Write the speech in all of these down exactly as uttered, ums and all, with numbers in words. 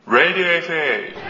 Radio エフエー。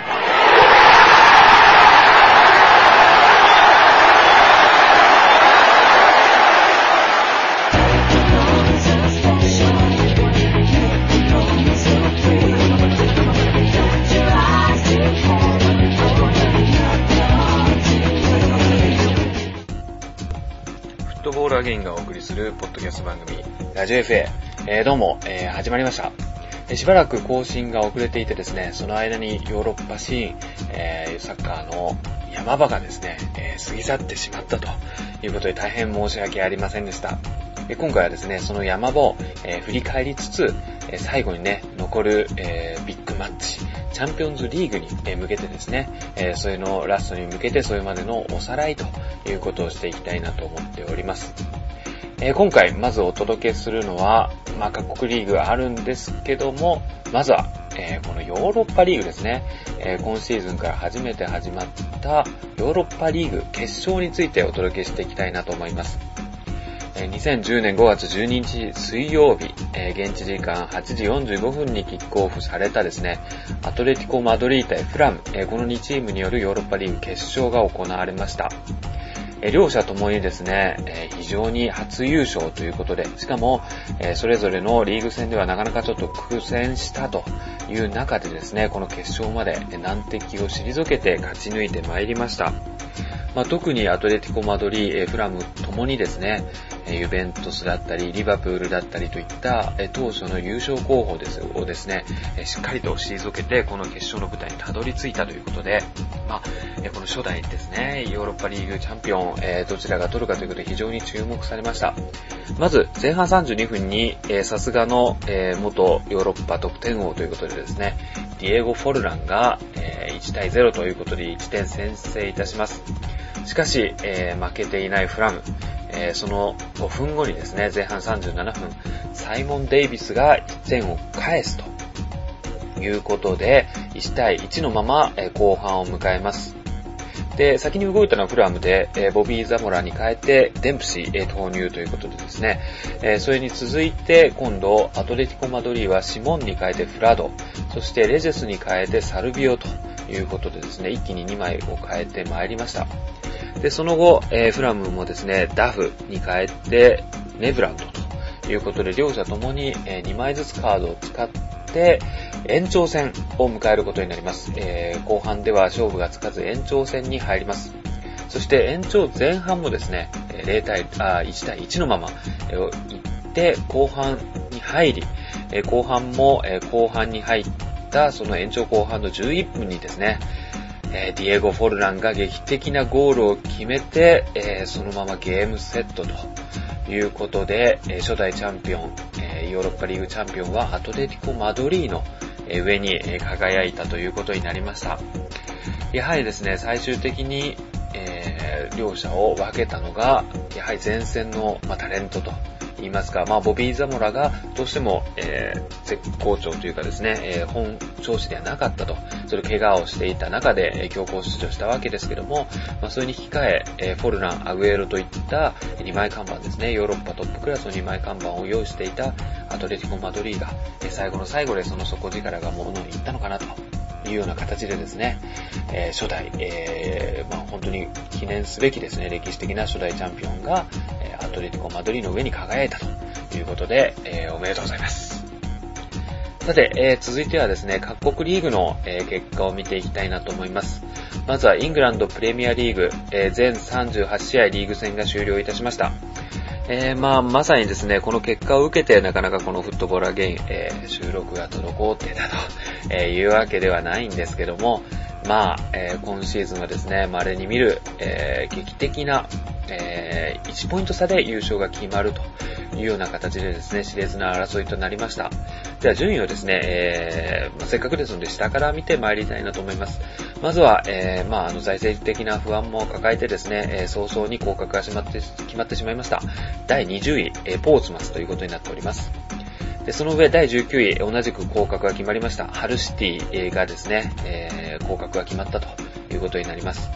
フットボールアゲインがお送りするポッドキャスト番組ラジオ エフエー、えー、どうも、えー、始まりました。えー、しばらく更新が遅れていてですね、その間にヨーロッパシーン、えー、サッカーの山場がですね、えー、過ぎ去ってしまったということで大変申し訳ありませんでした。えー、今回はですね、その山場を、えー、振り返りつつ、えー、最後にね残る、えー、ビッグマッチチャンピオンズリーグに向けてですね、えー、それのラストに向けてそれまでのおさらいということをしていきたいなと思っております。えー、今回まずお届けするのは、まあ、各国リーグあるんですけども、まずは、えー、このヨーロッパリーグですね、えー、今シーズンから初めて始まったヨーロッパリーグ決勝についてお届けしていきたいなと思います。にせんじゅうねんごがつじゅうににち水曜日、えー、現地時間はちじよんじゅうごふんにキックオフされたですね、アトレティコマドリー対フラム、えー、このにチームによるヨーロッパリーグ決勝が行われました。えー、両者ともにですね、えー、非常に初優勝ということで、しかも、えー、それぞれのリーグ戦ではなかなかちょっと苦戦したという中でですね、この決勝まで難敵を退けて勝ち抜いてまいりました。まあ、特にアトレティコマドリー、フラムともにですね、ユベントスだったりリバプールだったりといった当初の優勝候補ですをですね、しっかりと退けてこの決勝の舞台にたどり着いたということで、まあ、この初代ですね、ヨーロッパリーグチャンピオン、どちらが取るかということで非常に注目されました。まず前半さんじゅうにふんにさすがの元ヨーロッパ得点王ということでですね、ディエゴ・フォルランがいちたいゼロということでいってん先制いたします。しかし、えー、負けていないフラム、えー、そのごふんごにですね、前半さんじゅうななふん、サイモン・デイビスがいってんを返すということで、いちたいいちのまま、えー、後半を迎えます。で、先に動いたのはフラムで、えー、ボビー・ザモラに変えてデンプシー、えー、投入ということでですね、えー、それに続いて今度アトレティコ・マドリーはシモンに変えてフラド、そしてレジェスに変えてサルビオということでですね、一気ににまいを変えてまいりました。で、その後、えー、フラムもですね、ダフに変えてネブランドということで、両者ともに、えー、にまいずつカードを使って延長戦を迎えることになります。えー、後半では勝負がつかず延長戦に入ります。そして延長前半もですね、ゼロたいあいちたいいちのまま、えー、行って後半に入り、えー、後半も、えー、後半に入ったその延長後半のじゅういっぷんにですね、えー、ディエゴ・フォルランが劇的なゴールを決めて、えー、そのままゲームセットということで、えー、初代チャンピオン、えー、ヨーロッパリーグチャンピオンはアトレティコ・マドリーの、えー、上に、えー、輝いたということになりました。やはりですね、最終的に、えー、両者を分けたのがやはり前線の、まあ、タレントと言いますか、まあ、ボビー・ザモラがどうしても、えー、絶好調というかですね、えー、本調子ではなかったと、それ怪我をしていた中で、えー、強行出場したわけですけども、まあ、それに引き換ええー、フォルラン、アグエロといったにまい看板ですね、ヨーロッパトップクラスのにまい看板を用意していたアトレティコ・マドリーが、えー、最後の最後でその底力がものにいったのかなというような形でですね、えー、初代、えーまあ、本当に記念すべきですね、歴史的な初代チャンピオンが、えー、アトレティコ・マドリーの上に輝いたということで、えー、おめでとうございます。さて、えー、続いてはですね、各国リーグの、えー、結果を見ていきたいなと思います。まずはイングランドプレミアリーグ、えー、全さんじゅうはちしあいリーグ戦が終了いたしました。えー、まあ、まさにですね、この結果を受けてなかなかこのフットボールアゲイン、えー、収録が滞ってたと、えー、いうわけではないんですけども、まあ、えー、今シーズンはですね、稀に見る、えー、劇的な、えー、いちポイント差で優勝が決まるというような形でですね、熾烈な争いとなりました。では順位をですね、えーまあ、せっかくですので下から見てまいりたいなと思います。まずは、えー、まあ、あの財政的な不安も抱えてですね、えー、早々に降格が決まって決まってしまいました。だいにじゅうい、えー、ポーツマスということになっております。でその上だいじゅうきゅうい、同じく降格が決まりましたハルシティがですね、えー、降格が決まったということになります。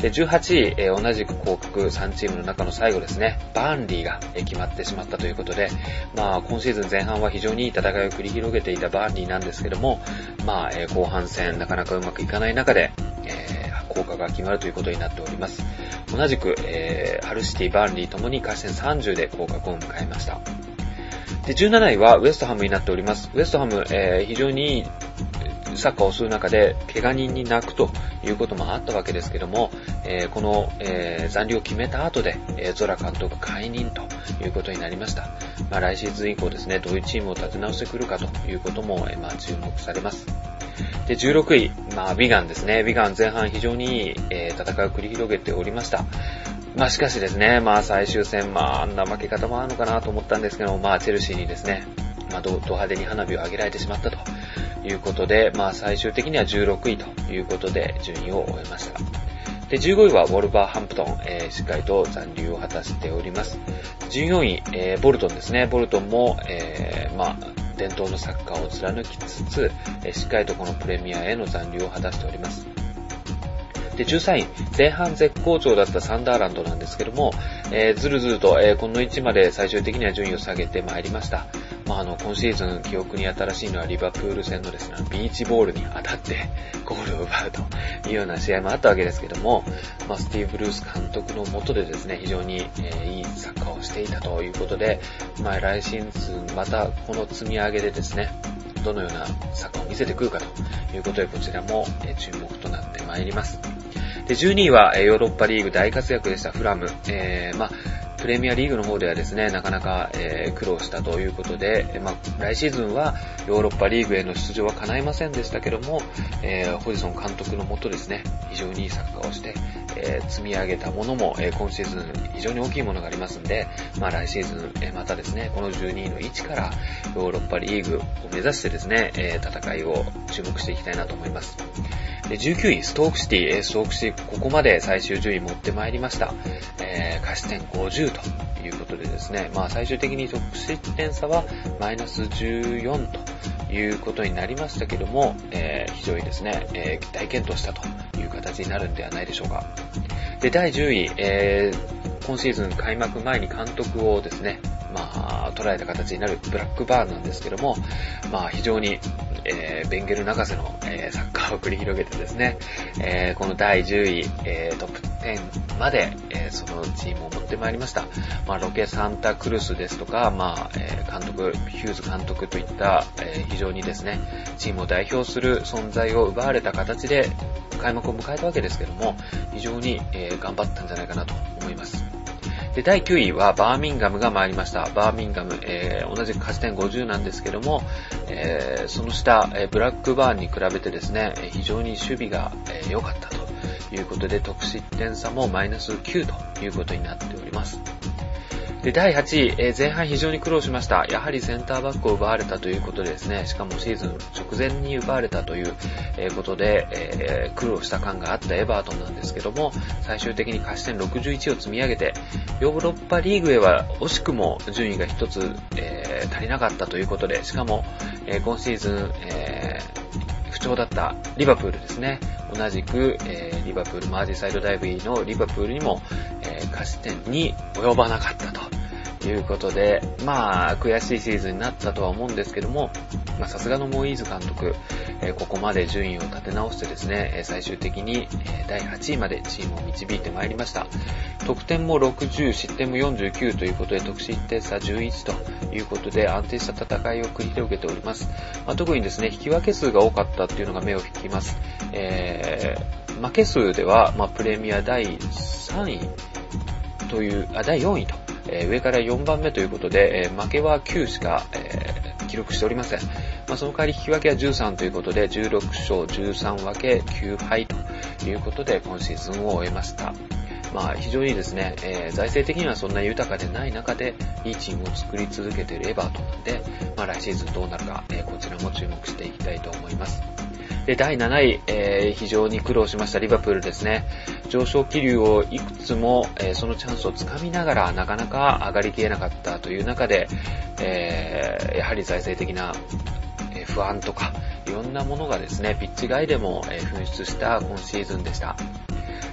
で、じゅうはちい、えー、同じく降格さんチームの中の最後ですね、バーンリーが、えー、決まってしまったということで、まあ、今シーズン前半は非常にいい戦いを繰り広げていたバーンリーなんですけども、まあ、えー、後半戦なかなかうまくいかない中で、えー、降格が決まるということになっております。同じく、えー、ハルシティ、バーンリーともに勝ち点さんじゅうで降格を迎えました。で、じゅうなないはウエストハムになっております。ウエストハム、えー、非常にいいサッカーをする中で怪我人に泣くということもあったわけですけども、えー、この、えー、残留を決めた後で、えー、ゾラ監督解任ということになりました。まあ、来シーズン以降ですね、どういうチームを立て直してくるかということも、えー、まあ、注目されます。で、じゅうろくい、まあ、ビガンですね。ビガン前半非常にいい、えー、戦いを繰り広げておりました。まあしかしですね、まあ最終戦、まああんな負け方もあるのかなと思ったんですけども、まあチェルシーにですね、まあド派手に花火を上げられてしまったということで、まあ最終的にはじゅうろくいということで順位を終えました。で、じゅうごいはウォルバーハンプトン、えー、しっかりと残留を果たしております。じゅうよんい、えー、ボルトンですね。ボルトンも、えー、まあ伝統のサッカーを貫きつつ、えー、しっかりとこのプレミアへの残留を果たしております。で、じゅうさんい、前半絶好調だったサンダーランドなんですけども、えー、ずるずると、えー、この位置まで最終的には順位を下げてまいりました。まあ、あの、今シーズン記憶に新しいのはリバプール戦のですね、ビーチボールに当たってゴールを奪うというような試合もあったわけですけども、まあ、スティーブ・ルース監督の下でですね、非常に、えー、いいサッカーをしていたということで、まあ、来シーズンまたこの積み上げでですね、どのようなサッカーを見せてくるかということで、こちらも、えー、注目となってまいります。で、じゅうにいはヨーロッパリーグ大活躍でしたフラム。えー、まあ、プレミアリーグの方ではですね、なかなか、えー、苦労したということで、まあ、来シーズンはヨーロッパリーグへの出場は叶いませんでしたけども、えー、ホジソン監督のもとですね、非常にいいサッカーをして、えー、積み上げたものも、えー、今シーズン非常に大きいものがありますんで、まあ、来シーズン、えー、またですね、このじゅうにいの位置からヨーロッパリーグを目指してですね、えー、戦いを注目していきたいなと思います。で、じゅうきゅうい、ストークシティ、ストークシティ、ここまで最終順位持ってまいりました。えー、勝ち点ごじゅうということでですね、まあ最終的に得失点差はマイナスじゅうよんということになりましたけども、えー、非常にですね、えー、大健闘したという形になるんではないでしょうか。で、だいじゅうい、えー、今シーズン開幕前に監督をですね、まあ、捉えた形になるブラックバーンなんですけども、まあ非常に、えー、ベンゲル泣かせの、えー、サッカーを繰り広げてですね、えー、このだいじゅうい、えー、トップじゅうまで、えー、そのチームを持ってまいりました。まあ、ロケ・サンタクルスですとか、まあ、えー、監督、ヒューズ監督といった、えー、非常にですね、チームを代表する存在を奪われた形で開幕を迎えたわけですけども、非常に、えー、頑張ったんじゃないかなと思います。で、だいきゅういはバーミンガムが参りました。バーミンガム、えー、同じく勝ち点ごじゅうなんですけども、えー、その下、えー、ブラックバーンに比べてですね、非常に守備が良、えー、かったということで、得失点差もマイナスきゅうということになっております。で、だいはちい、えー、前半非常に苦労しました。やはりセンターバックを奪われたということでですね、しかもシーズン直前に奪われたという、えー、ことで、えー、苦労した感があったエバートンなんですけども、最終的に勝ち点ろくじゅういちを積み上げて、ヨーロッパリーグへは惜しくも順位が一つ、えー、足りなかったということで、しかも、えー、今シーズン、えー、不調だったリバプールですね。同じく、えー、リバプール、マージサイドダイビーのリバプールにも、えー、勝ち点に及ばなかったということで、まあ、悔しいシーズンになったとは思うんですけども、まあ、さすがのモイーズ監督、えー、ここまで順位を立て直してですね、最終的に、えー、だいはちいまでチームを導いてまいりました。得点もろくじゅう、失点もよんじゅうきゅうということで、得失点差じゅういちということで、安定した戦いを繰り広げております。まあ、特にですね、引き分け数が多かったっていうのが目を引きます。えー、負け数では、まあ、プレミアだいさんいという、あ、だいよんいと、えー、上からよんばんめということで、えー、負けはきゅうしか、えー、記録しておりません。まあ、その代わり引き分けはじゅうさんということで、じゅうろくしょうじゅうさん分けきゅうはいということで、今シーズンを終えました。まあ、非常にですね、えー、財政的にはそんな豊かでない中で、いいチームを作り続けているエバートンなんで、まあ、来シーズンどうなるか、えー、こちらも注目していきたいと思います。で、だいなない、えー、非常に苦労しましたリバプールですね。上昇気流をいくつも、えー、そのチャンスをつかみながら、なかなか上がりきれなかったという中で、えー、やはり財政的な、えー、不安とか、いろんなものがですね、ピッチ外でも、えー、噴出した今シーズンでした。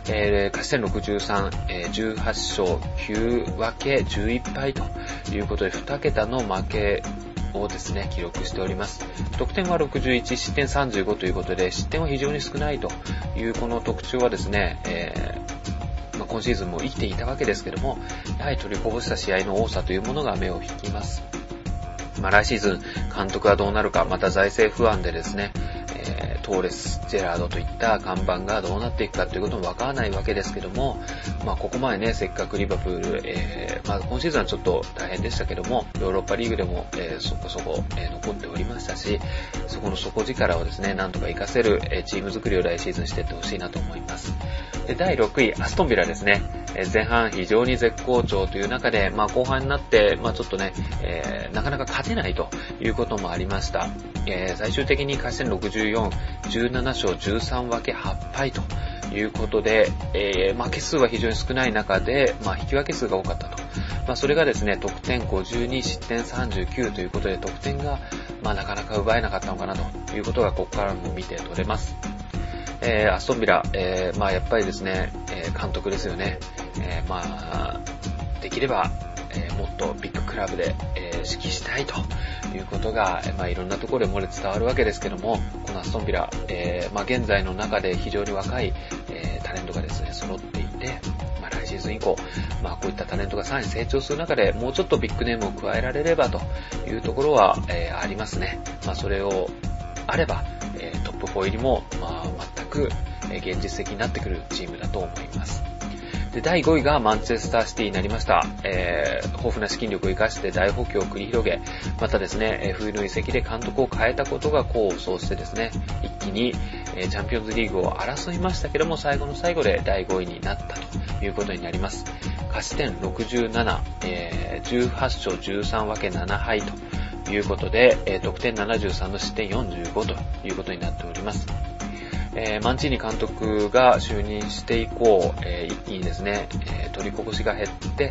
えー、勝ち点ろくじゅうさん、えー、じゅうはちしょうきゅうわけじゅういっぱいということでに桁の負けをですね、記録しております。得点はろくじゅういち、失点さんじゅうごということで、失点は非常に少ないというこの特徴はですね、えーまあ、今シーズンも生きていたわけですけども、やはり取りこぼした試合の多さというものが目を引きます。まあ、来シーズン監督はどうなるか、また財政不安でですね、えー、トーレス、ジェラードといった看板がどうなっていくかということもわからないわけですけども、まあ、ここまでね、せっかくリバプール、えー、まあ、今シーズンはちょっと大変でしたけども、ヨーロッパリーグでも、えー、そこそこ、えー、残っておりましたし、そこの底力をですね、なんとか活かせる、えー、チーム作りを来シーズンしていってほしいなと思います。で、だいろくい、アストンビラですね。えー、前半非常に絶好調という中で、まあ、後半になって、まあ、ちょっとね、えー、なかなか勝てないということもありました。えー、最終的に勝ち点ろくじゅうよん、じゅうななしょうじゅうさんわけはちぱいということで、えー、負け数は非常に少ない中で、まあ、引き分け数が多かったと。まあ、それがですね、得点ごじゅうに、失点さんじゅうきゅうということで、得点が、まあ、なかなか奪えなかったのかなということが、ここからも見て取れます。えー、アストンビラ、えー、まあ、やっぱりですね、えー、監督ですよね。えー、まあ、できれば、えー、もっとビッグクラブで、えー、指揮したいということが、まあ、いろんなところで漏れ伝わるわけですけども、このアストンビラ、えー、まあ、現在の中で非常に若い、えー、タレントがですね、揃っていて、まあ、来シーズン以降、まあ、こういったタレントがさらに成長する中で、もうちょっとビッグネームを加えられればというところは、えー、ありますね。まあ、それをあれば、えー、トップフォー入りも、まあ、全く、えー、現実的になってくるチームだと思います。で、だいごいがマンチェスターシティになりました。えー、豊富な資金力を生かして大補強を繰り広げ、またですね、えー、冬の移籍で監督を変えたことが功を奏してですね、一気に、えー、チャンピオンズリーグを争いましたけども、最後の最後でだいごいになったということになります。勝ち点ろくじゅうなな、えー、じゅうはちしょうじゅうさんわけななはいということで、えー、得点ななじゅうさんの失点よんじゅうごということになっております。えー、マンチーニ監督が就任して以降、えー、一気にですね、えー、取りこぼしが減って、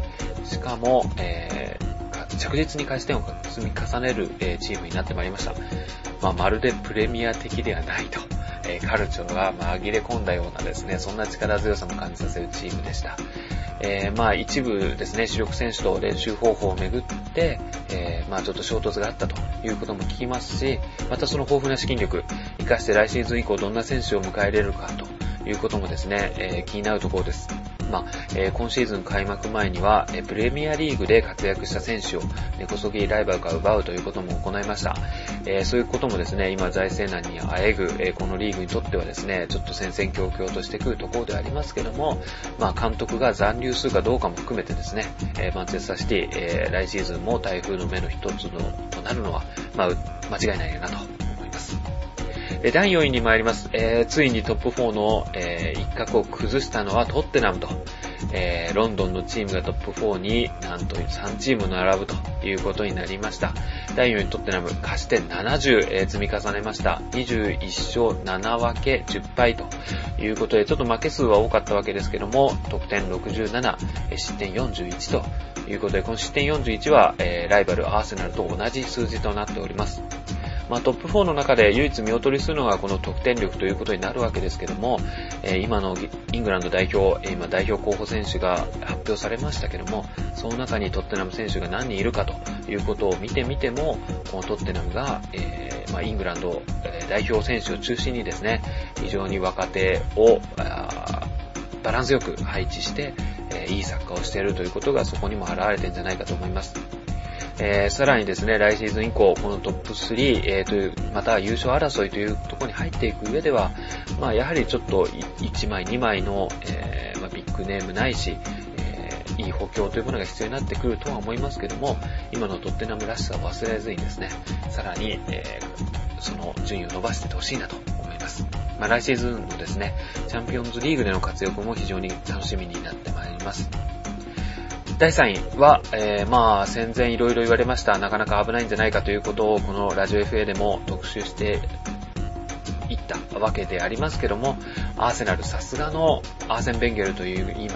しかも、えー、着実に勝ち点を積み重ねる、えー、チームになってまいりました。まあ、まるでプレミア的ではないと、えー、カルチョが紛れ込んだようなですね、そんな力強さも感じさせるチームでした。えー、まあ一部ですね、主力選手と練習方法をめぐって、えー、まあちょっと衝突があったということも聞きますし、またその豊富な資金力、生かして来シーズン以降どんな選手を迎え入れるかということもですね、えー、気になるところです。まあえー、今シーズン開幕前には、えー、プレミアリーグで活躍した選手を根こそぎライバルから奪うということも行いました。えー、そういうこともですね、今財政難にあえぐ、えー、このリーグにとってはですね、ちょっと戦々恐々としてくるところではありますけども、まあ監督が残留するかどうかも含めてですね、えー、マンチェスターシティ、えー、来シーズンも台風の目の一つのとなるのは、まあ間違いないなと思います。だいよんいに参ります。えー、ついにトップフォーの、えー、一角を崩したのはトッテナムと、えー、ロンドンのチームがトップフォーになんとさんチーム並ぶということになりました。だいよんいトッテナム勝ち点ななじゅう、えー、積み重ねました。にじゅういっしょうななわけじゅっぱいということで、ちょっと負け数は多かったわけですけども、得点ろくじゅうなな、えー、失点よんじゅういちということで、この失点よんじゅういちは、えー、ライバルアーセナルと同じ数字となっております。まあ、トップフォーの中で唯一見劣りするのがこの得点力ということになるわけですけども、えー、今のイングランド代表、えー、今代表候補選手が発表されましたけども、その中にトッテナム選手が何人いるかということを見てみても、このトッテナムが、えーまあ、イングランド、えー、代表選手を中心にですね、非常に若手をバランスよく配置して、えー、いいサッカーをしているということがそこにも表れてるんじゃないかと思います。えー、さらにですね、来シーズン以降、このトップスリー、えー、という、または優勝争いというところに入っていく上では、まあ、やはりちょっといちまい、にまいの、えーまあ、ビッグネームないし、えー、いい補強というものが必要になってくるとは思いますけども、今のトッテナムらしさを忘れずにですね、さらに、えー、その順位を伸ばしていってほしいなと思います。まあ、来シーズンのですね、チャンピオンズリーグでの活躍も非常に楽しみになってまいります。だいさんいは、えー、まあ戦前いろいろ言われました。なかなか危ないんじゃないかということをこのラジオ エフエー でも特集していったわけでありますけども、アーセナルさすがのアーセン・ベンゲルという言いますか、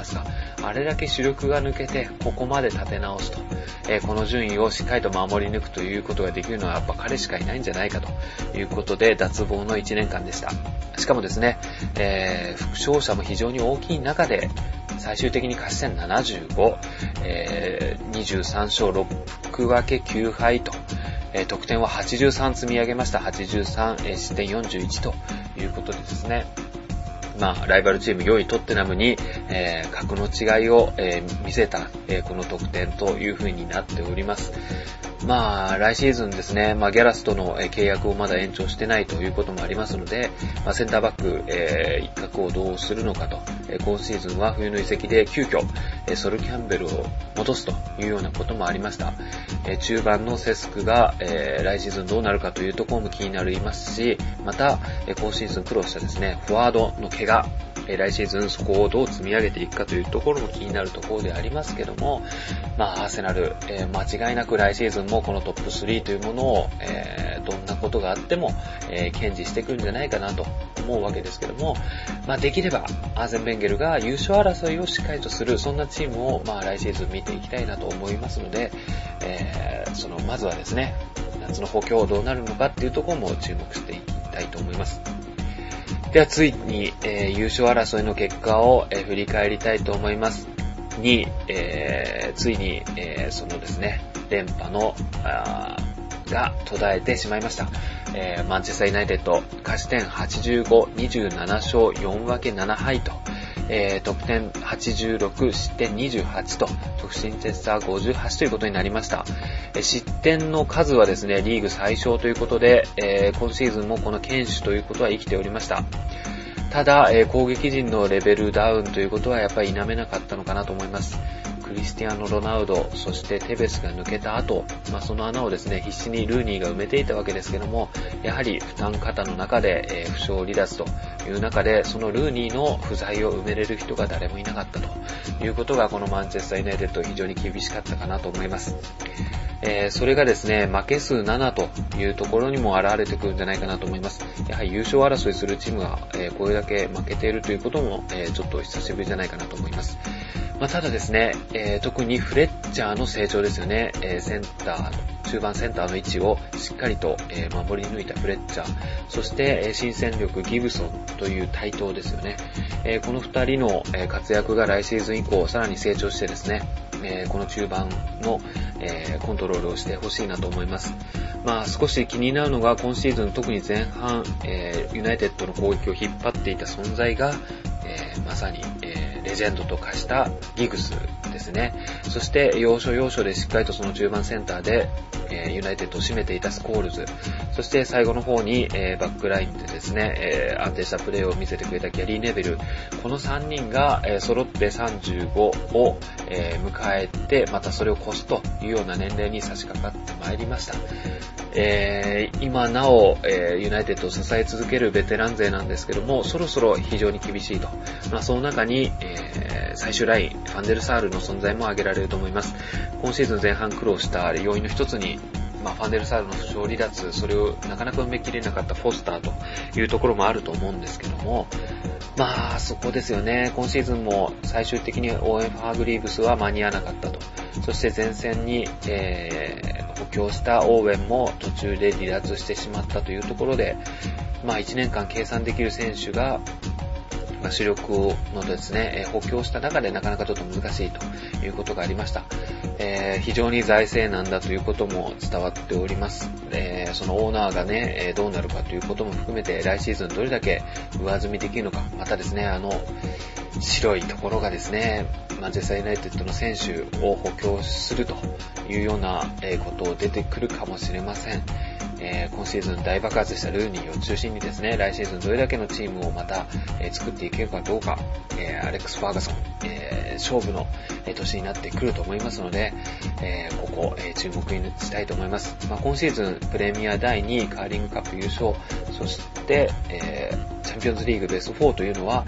あれだけ主力が抜けてここまで立て直すと、えー、この順位をしっかりと守り抜くということができるのはやっぱ彼しかいないんじゃないかということで、脱帽のいちねんかんでした。しかもですね、えー、副勝者も非常に大きい中で最終的に勝ち点ななじゅうご、えー、にじゅうさんしょうろくわけきゅうはいと、えー、得点ははちじゅうさん積み上げました。はちじゅうさん、えー、失点よんじゅういちということでですね、まあ、ライバルチームよんいトッテナムに、えー、格の違いを、えー、見せた、えー、この得点という風になっております。まあ、来シーズンですね、まあ、ギャラスとの、えー、契約をまだ延長してないということもありますので、まあ、センターバック、えー、一角をどうするのかと、えー、今シーズンは冬の移籍で急遽、えー、ソル・キャンベルを戻すというようなこともありました。えー、中盤のセスクが、えー、来シーズンどうなるかというところも気になりますし、また、えー、今シーズン苦労したですね、フォワードの怪我、来シーズンそこをどう積み上げていくかというところも気になるところでありますけども、まあアーセナル、えー、間違いなく来シーズンもこのトップスリーというものを、えー、どんなことがあっても、えー、堅持してくるんじゃないかなと思うわけですけども、まあできればアーゼン・ベンゲルが優勝争いをしっかりとする、そんなチームをまあ来シーズン見ていきたいなと思いますので、えー、そのまずはですね、夏の補強どうなるのかっていうところも注目していきたいと思います。ではついに、えー、優勝争いの結果を、えー、振り返りたいと思います。に、えー、ついに、えー、そのですね、連覇のあが途絶えてしまいました。えー、マンチェスターユナイテッド勝ち点はちじゅうご、にじゅうななしょうよんわけななはいと、えー、得点はちじゅうろく、失点にじゅうはちと、得失点差ごじゅうはちということになりました。えー、失点の数はですね、リーグ最小ということで、えー、今シーズンもこの堅守ということは生きておりました。ただ、えー、攻撃陣のレベルダウンということはやっぱり否めなかったのかなと思います。クリスティアーノ・ロナウド、そしてテベスが抜けた後、まあ、その穴をですね、必死にルーニーが埋めていたわけですけども、やはり負担肩の中で、えー、負傷離脱という中で、そのルーニーの不在を埋めれる人が誰もいなかったということが、このマンチェスターユナイテッド非常に厳しかったかなと思います。えー、それがですね、負け数ななというところにも現れてくるんじゃないかなと思います。やはり優勝争いするチームが、えー、これだけ負けているということも、えー、ちょっと久しぶりじゃないかなと思います。まあ、ただですね、えー、特にフレッチャーの成長ですよね。えー、センター、中盤センターの位置をしっかりと、えー、守り抜いたフレッチャー、そして、えー、新戦力ギブソンという対等ですよね。えー、この二人の、えー、活躍が来シーズン以降さらに成長してですね、えー、この中盤の、えー、コントロールをしてほしいなと思います。まあ少し気になるのが今シーズン特に前半、えー、ユナイテッドの攻撃を引っ張っていた存在が、えー、まさに、えー、レジェンドと化したギグスですね。そして要所要所でしっかりとその中盤センターで、えー、ユナイテッドを占めていたスコールズ、そして最後の方に、えー、バックラインでですね、えー、安定したプレーを見せてくれたギャリー・ネベル、このさんにんが、えー、揃ってさんじゅうごを、えー、迎えて、またそれを越すというような年齢に差し掛かってまいりました。えー、今なお、えー、ユナイテッドを支え続けるベテラン勢なんですけども、そろそろ非常に厳しいと。まあ、その中に、えー、最終ライン、ファンデルサールの存在も挙げられると思います。今シーズン前半苦労した要因の一つに、まあ、ファンデルサールの負傷離脱、それをなかなか埋めきれなかったフォスターというところもあると思うんですけども、まあそこですよね。今シーズンも最終的にオーエン・ファーグリーブスは間に合わなかったと。そして前線に、えー、補強したオーウェンも途中で離脱してしまったというところで、まあいちねんかん計算できる選手が、まあ、主力のですね、補強した中でなかなかちょっと難しいということがありました。えー、非常に財政難だということも伝わっております。えー、そのオーナーがね、どうなるかということも含めて来シーズンどれだけ上積みできるのか、またですね、あの白いところがですね、マンチェスターユナイテッドの選手を補強するというようなことを出てくるかもしれません。えー、今シーズン大爆発したルーニーを中心にですね、来シーズンどれだけのチームをまた、えー、作っていけるかどうか、えー、アレックス・ファーガソン、えー、勝負の、えー、年になってくると思いますので、えー、ここ、えー、注目にしたいと思います。まあ、今シーズンプレミアだいにいカーリングカップ優勝、そして、えー、チャンピオンズリーグベストフォーというのは、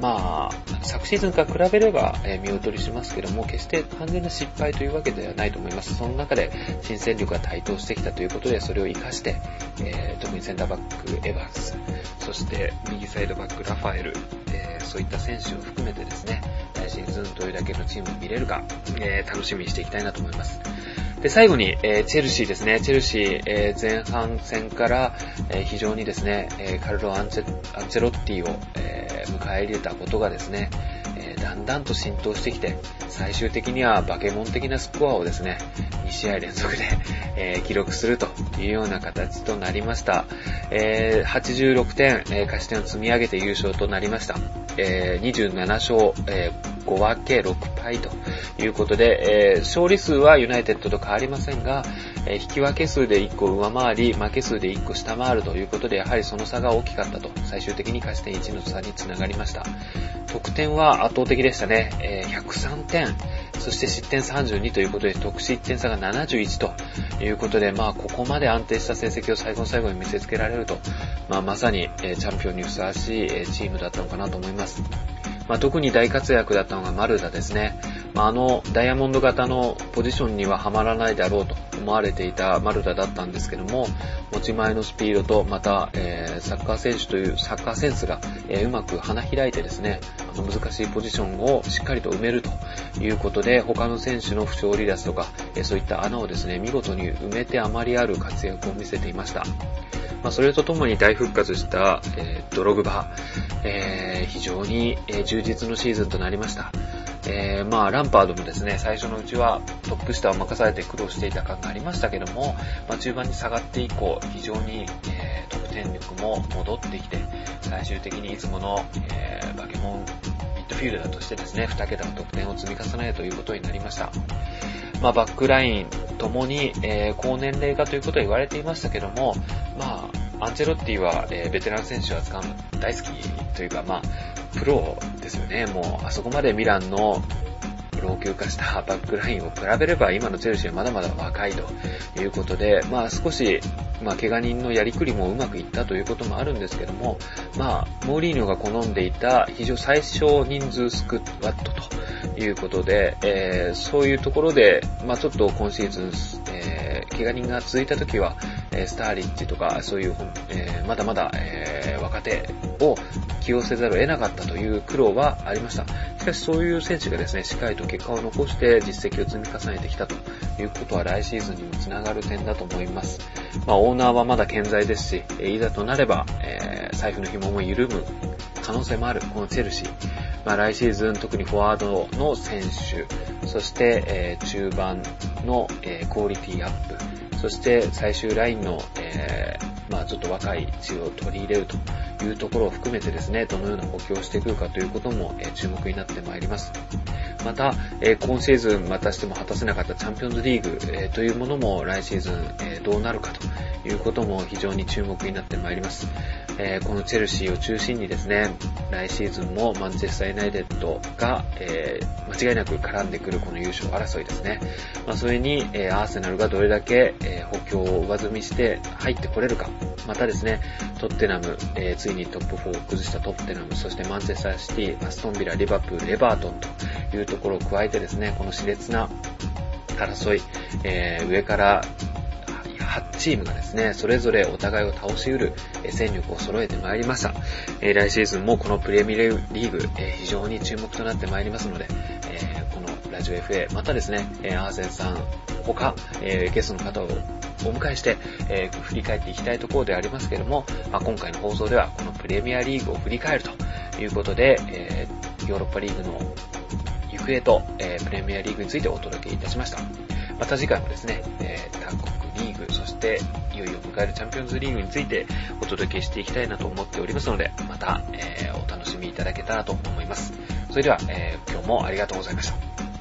まあ、昨シーズンから比べれば、えー、見劣りしますけども、決して完全な失敗というわけではないと思います。その中で新戦力が台頭してきたということで、それを活かして、えー、特にセンターバックエヴァンス、そして右サイドバックラファエル、えー、そういった選手を含めてですね、来シーズンどれだけのチームを見れるか、えー、楽しみにしていきたいなと思います。で、最後に、えー、チェルシーですね。チェルシー、えー、前半戦から、えー、非常にですね、えー、カルロ・アンチェ、アンチェロッティを、えー、迎え入れたことがですね、えー、だんだんと浸透してきて、最終的にはバケモン的なスコアをですね、に試合連続で、えー、記録するというような形となりました。えー、はちじゅうろくてん、えー、勝ち点を積み上げて優勝となりました。えー、にじゅうななしょう、えー、ご分けろく敗ということで、えー、勝利数はユナイテッドと変わりませんが、えー、引き分け数でいっこ上回り、負け数でいっこ下回るということで、やはりその差が大きかったと、最終的に勝ち点いちの差につながりました。得点は圧倒的でしたね。えー、ひゃくさんてん、そして失点さんじゅうにということで、得失点差がななじゅういちということで、まあここまで安定した成績を最後の最後に見せつけられると、まあまさに、えー、チャンピオンにふさわしい、えー、チームだったのかなと思います。まあ、特に大活躍だったのがマルダですね。まあ、あのダイヤモンド型のポジションにははまらないだろうと思われていたマルダだったんですけども、持ち前のスピードとまた、えー、サッカー選手というサッカーセンスが、えー、うまく花開いてですね、あの難しいポジションをしっかりと埋めるということで、他の選手の負傷離脱とか、えー、そういった穴をですね、見事に埋めてあまりある活躍を見せていました。まあ、それとともに大復活した、えー、ドログバ、えー、非常に、えー、充実のシーズンとなりました。えー、まあランパードもですね、最初のうちはトップ下を任されて苦労していた感がありましたけども、まあ、中盤に下がって以降、非常に、えー、得点力も戻ってきて、最終的にいつもの、えー、バケモンミッドフィールダーとしてですね、に桁の得点を積み重ねるということになりました。まあバックラインともに、えー、高年齢化ということは言われていましたけども、まあアンチェロッティは、えー、ベテラン選手を扱うの大好きというか、まあプロですよね。もうあそこまでミランの老朽化したバックラインを比べれば今のチェルシーはまだまだ若いということで、まあ少しまあ怪我人のやりくりもうまくいったということもあるんですけども、まあモーリーニョが好んでいた非常最小人数スクワットということで、えー、そういうところでまあちょっと今シーズン、えー、怪我人が続いた時はスターリッチとかそういう、えー、まだまだ、えー、若手を起用せざるを得なかったという苦労はありました。しかしそういう選手がですね、しっかりと結果を残して実績を積み重ねてきたということは来シーズンにもつながる点だと思います。まあオーナーはまだ健在ですし、いざとなれば、えー、財布の紐も緩む可能性もあるこのチェルシー。まあ来シーズン特にフォワードの選手、そして、えー、中盤の、えー、クオリティアップ、そして最終ラインの、えー、まあちょっと若い血を取り入れるというところを含めてですね、どのような補強をしてくるかということも、えー、注目になってまいります。また、えー、今シーズンまたしても果たせなかったチャンピオンズリーグ、えー、というものも来シーズン、えー、どうなるかということも非常に注目になってまいります。えー、このチェルシーを中心にですね、来シーズンもマンチェスターユナイテッドが、えー、間違いなく絡んでくるこの優勝争いですね。まあ、それに、えー、アーセナルがどれだけ、えー、補強を上積みして入ってこれるか、またですね、トッテナム、えー、ついにトップフォーを崩したトッテナム、そしてマンチェスターシティ、アストンビラ、リバプール、エバートンというところを加えてですね、この熾烈な争い、えー、上からはちチームがですね、それぞれお互いを倒し得る戦力を揃えてまいりました。えー、来シーズンもこのプレミアリーグ、えー、非常に注目となってまいりますので、えー、このラジオ エフエー、またですね、えー、アーセンさん、他、えー、ゲストの方をお迎えして、えー、振り返っていきたいところでありますけれども、まあ、今回の放送ではこのプレミアリーグを振り返るということで、えー、ヨーロッパリーグの行方と、えー、プレミアリーグについてお届けいたしました。また次回もですね、えー、他国リーグ、そしていよいよ迎えるチャンピオンズリーグについてお届けしていきたいなと思っておりますので、また、えー、お楽しみいただけたらと思います。それでは、えー、今日もありがとうございました。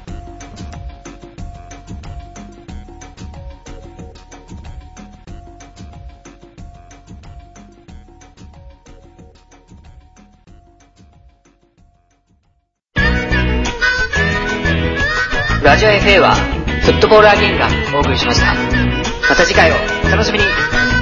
ラジオ エフエー はフットボールアゲインがお送りしました。また次回をお楽しみに。